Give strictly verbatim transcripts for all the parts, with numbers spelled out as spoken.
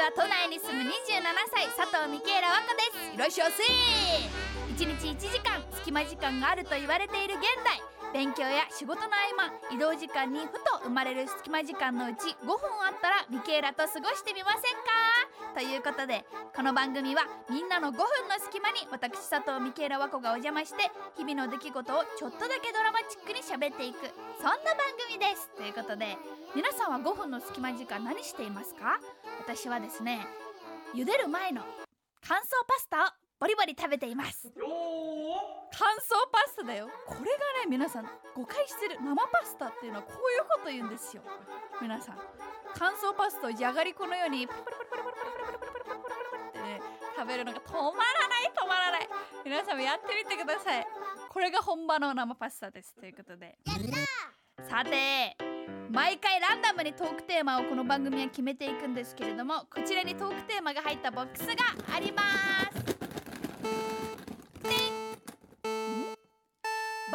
は都内に住むにじゅうななさい佐藤ミケイラ和子です。いらっしゃいませ。いちにちいちじかん隙間時間があると言われている現代、勉強や仕事の合間、移動時間にふと生まれる隙間時間のうちごふんあったらミケイラと過ごしてみませんかということで、この番組はみんなのごふんの隙間に私佐藤ミケイラ和子がお邪魔して日々の出来事をちょっとだけドラマチックに喋っていく、そんな番組です。ということで、皆さんはごふんの隙間時間何していますか？私はですね、茹でる前の乾燥パスタをボリボリ食べています。乾燥パスタだよ。これがね、皆さん誤解してる。生パスタっていうのはこういうこと言うんですよ。皆さん、乾燥パスタをじゃがりこのようにパリパリパリパリパリパリパリパリパリパリパリってね、食べるのが止まらない止まらない。皆さんもやってみてください。これが本場の生パスタです。ということで、さて、毎回ランダムにトークテーマをこの番組は決めていくんですけれども、こちらにトークテーマが入ったボックスがあります。バ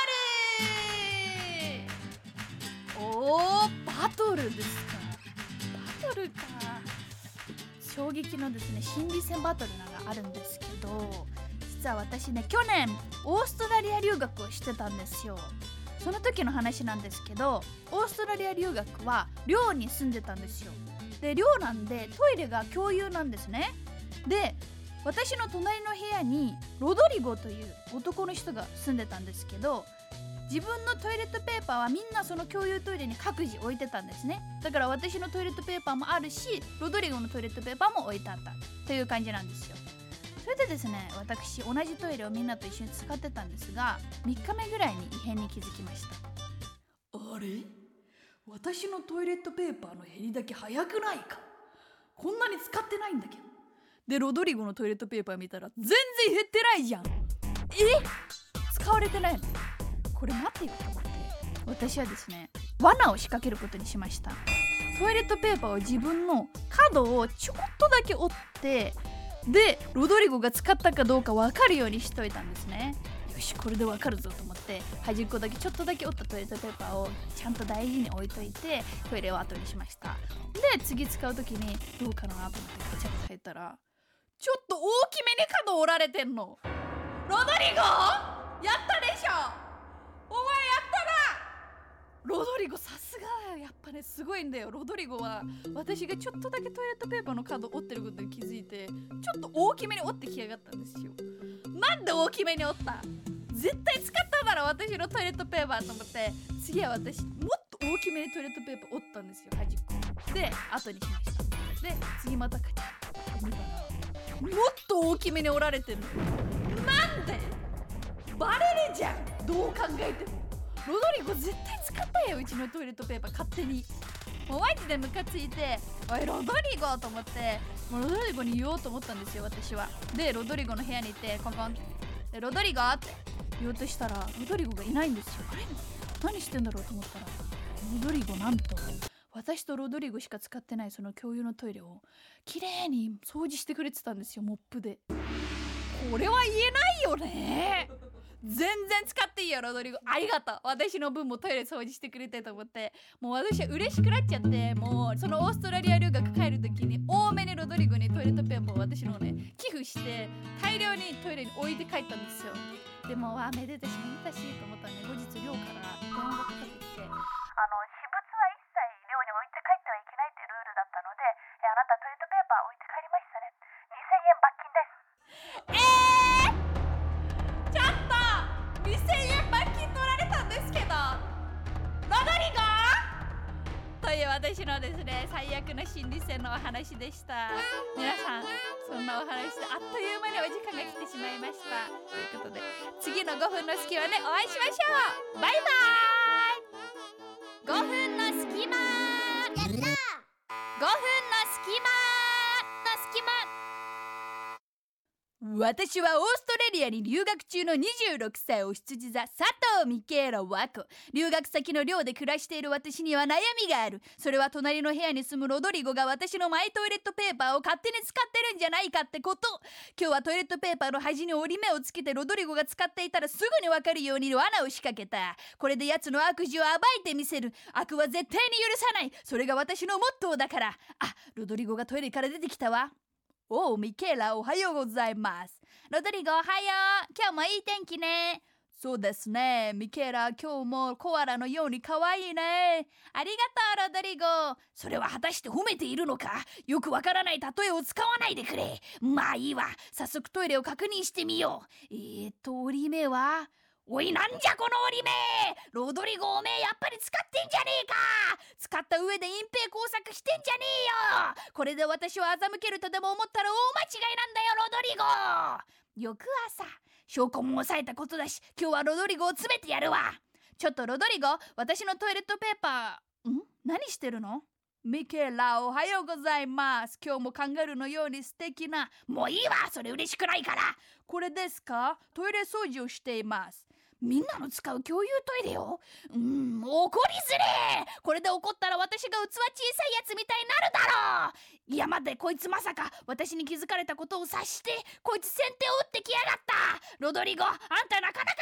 トル。おー、バトルですか。バトルか。衝撃のですね、心理戦バトルなのがあるんですけど、実は私ね、去年オーストラリア留学をしてたんですよ。その時の話なんですけど、オーストラリア留学は寮に住んでたんですよ。で、寮なんでトイレが共有なんですね。で、私の隣の部屋にロドリゴという男の人が住んでたんですけど、自分のトイレットペーパーはみんなその共有トイレに各自置いてたんですね。だから私のトイレットペーパーもあるし、ロドリゴのトイレットペーパーも置いてあったという感じなんですよ。それでですね、私同じトイレをみんなと一緒に使ってたんですが、みっかめぐらいに異変に気づきました。あれ、私のトイレットペーパーの減りだけ早くないか。こんなに使ってないんだけど。で、ロドリゴのトイレットペーパー見たら全然減ってないじゃん。え、使われてないの？これ待ってよと思って、私はですね、罠を仕掛けることにしました。トイレットペーパーを自分の角をちょこっとだけ折って、で、ロドリゴが使ったかどうか分かるようにしといたんですね。よし、これで分かるぞと思って、端っこだけちょっとだけ折ったトイレットペーパーをちゃんと大事に置いといて、トイレを後にしました。で、次使う時にどうかなと思ってガチャッと入ったら、ちょっと大きめに角折られてんの。ロドリゴやったでしょ、お前やったな。ロドリゴさすがだよ。やっぱね、すごいんだよ。ロドリゴは私がちょっとだけトイレットペーパーの角折ってることに気づいて、ちょっと大きめに折ってきやがったんですよ。なんで大きめに折った？絶対使っただろ私のトイレットペーパーと思って、次は私もっと大きめにトイレットペーパー折ったんですよ、端っこで後にしました。で、次またカチャッと見たら、もっと大きめに折られてるの。なんで？バレるじゃん、どう考えても。ロドリゴ絶対使ったよ、うちのトイレットペーパー勝手に。もうマジでムカついて、おいロドリゴと思って、もうロドリゴに言おうと思ったんですよ、私は。で、ロドリゴの部屋に行ってコンコンで、ロドリゴって言おうとしたら、ロドリゴがいないんですよ。あれ、何してんだろうと思ったら、ロドリゴなんと私とロドリゴしか使ってないその共有のトイレをきれいに掃除してくれてたんですよ、モップで。これは言えないよね。全然使っていいよロドリゴ、ありがとう。私の分もトイレ掃除してくれてと思って、もう私は嬉しくなっちゃって、もうそのオーストラリア留学帰る時に多めにロドリゴにトイレットペーパーを私のね寄付して大量にトイレに置いて帰ったんですよ。でもあめでたしめでたしと思ったんで、後日寮から電話がかかってきて、あの私物は一切寮に置いて帰ってはいけないってルールだったので、えあなたトイレットペーパー置いて帰りましたね、にせんえん罰金です。えーちょっとにせんえん罰金取られたんですけど、ロドリゴという私のですね、最悪な心理戦のお話でした。皆さん、そんなお話であっという間にお時間が来てしまいました。ということで、次のごふんの隙間でお会いしましょう。バイバーイ。ごふんの隙間、やったー。ごふんの隙間の隙間。 私はオーストラリアに留学中のにじゅうろくさいお羊座佐藤ミケーラ・ワコ。留学先の寮で暮らしている私には悩みがある。それは隣の部屋に住むロドリゴが私のマイトイレットペーパーを勝手に使ってるんじゃないかってこと。今日はトイレットペーパーの端に折り目をつけてロドリゴが使っていたらすぐにわかるように罠を仕掛けた。これで奴の悪事を暴いてみせる。悪は絶対に許さない。それが私のモットーだから。あ、ロドリゴがトイレから出てきたわ。おう、ミケーラ、おはようございます。ロドリゴ、おはよう。今日もいい天気ね。そうですね。ミケーラ、今日もコアラのように可愛いね。ありがとう、ロドリゴ。それは果たして褒めているのか？よくわからない例えを使わないでくれ。まあいいわ。早速トイレを確認してみよう。えーと、折り目は？おい、なんじゃこの折り目。ロドリゴ、おめえやっぱり使ってんじゃねえか。使った上で隠蔽工作してんじゃねえよ。これで私を欺けるとでも思ったら大間違いなんだよ、ロドリゴ。翌朝、証拠も抑えたことだし、今日はロドリゴを詰めてやるわ。ちょっとロドリゴ、私のトイレットペーパー、ん？何してるの？ミケラ、おはようございます。今日もカンガルーのように素敵な。もういいわ、それ嬉しくないから。これですか？トイレ掃除をしています。みんなの使う共有トイレよ。うーん、怒りづれえ。これで怒ったら私が器小さいやつみたいになるだろう。いや待って、こいつまさか私に気づかれたことを察してこいつ先手を打ってきやがった。ロドリゴ、あんたなかなか